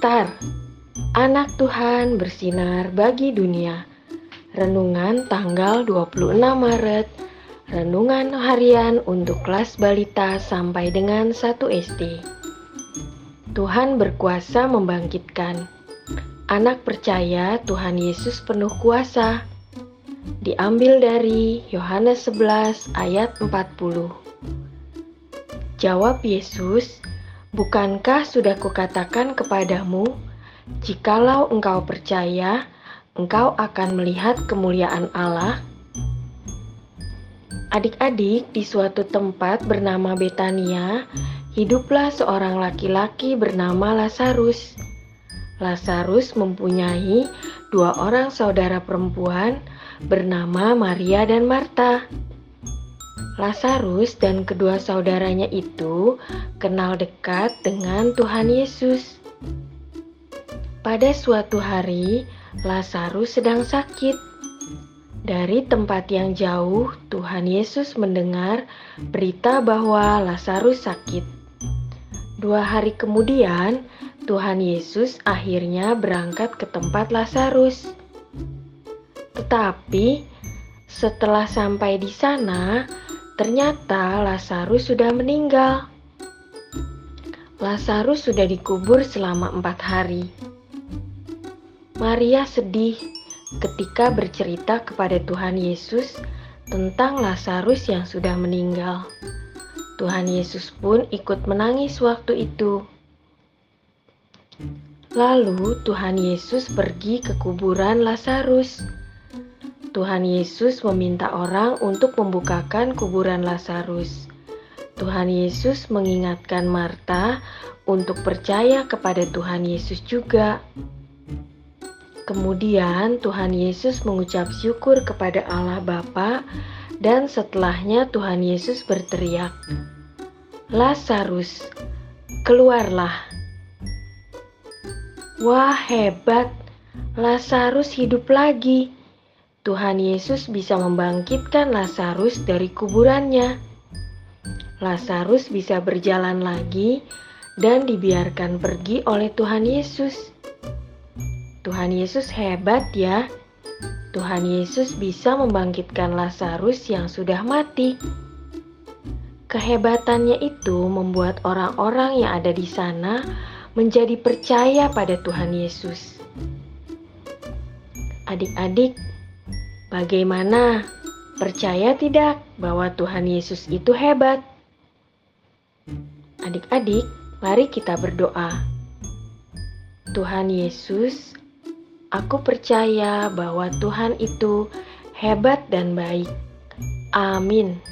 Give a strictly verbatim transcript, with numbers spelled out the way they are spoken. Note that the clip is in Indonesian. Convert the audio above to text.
Star, Anak Tuhan bersinar bagi dunia. Renungan tanggal dua puluh enam Maret. Renungan harian untuk kelas balita sampai dengan satu S D. Tuhan berkuasa membangkitkan. Anak percaya Tuhan Yesus penuh kuasa. Diambil dari Yohanes sebelas ayat empat puluh. Jawab Yesus, "Bukankah sudah kukatakan kepadamu, jikalau engkau percaya, engkau akan melihat kemuliaan Allah?" Adik-adik, di suatu tempat bernama Betania, hiduplah seorang laki-laki bernama Lazarus. Lazarus mempunyai dua orang saudara perempuan bernama Maria dan Marta. Lazarus dan kedua saudaranya itu kenal dekat dengan Tuhan Yesus. Pada suatu hari, Lazarus sedang sakit. Dari tempat yang jauh, Tuhan Yesus mendengar berita bahwa Lazarus sakit. Dua hari kemudian, Tuhan Yesus akhirnya berangkat ke tempat Lazarus. Tetapi setelah sampai di sana, ternyata Lazarus sudah meninggal. Lazarus sudah dikubur selama empat hari. Maria sedih ketika bercerita kepada Tuhan Yesus tentang Lazarus yang sudah meninggal. Tuhan Yesus pun ikut menangis waktu itu. Lalu Tuhan Yesus pergi ke kuburan Lazarus. Tuhan Yesus meminta orang untuk membukakan kuburan Lazarus. Tuhan Yesus mengingatkan Marta untuk percaya kepada Tuhan Yesus juga. Kemudian Tuhan Yesus mengucap syukur kepada Allah Bapa, dan setelahnya Tuhan Yesus berteriak, "Lazarus, keluarlah." Wah, hebat! Lazarus hidup lagi. Tuhan Yesus bisa membangkitkan Lazarus dari kuburannya. Lazarus bisa berjalan lagi dan dibiarkan pergi oleh Tuhan Yesus. Tuhan Yesus hebat ya. Tuhan Yesus bisa membangkitkan Lazarus yang sudah mati. Kehebatannya itu membuat orang-orang yang ada di sana menjadi percaya pada Tuhan Yesus. Adik-adik, bagaimana? Percaya tidak bahwa Tuhan Yesus itu hebat? Adik-adik, mari kita berdoa. Tuhan Yesus, aku percaya bahwa Tuhan itu hebat dan baik. Amin.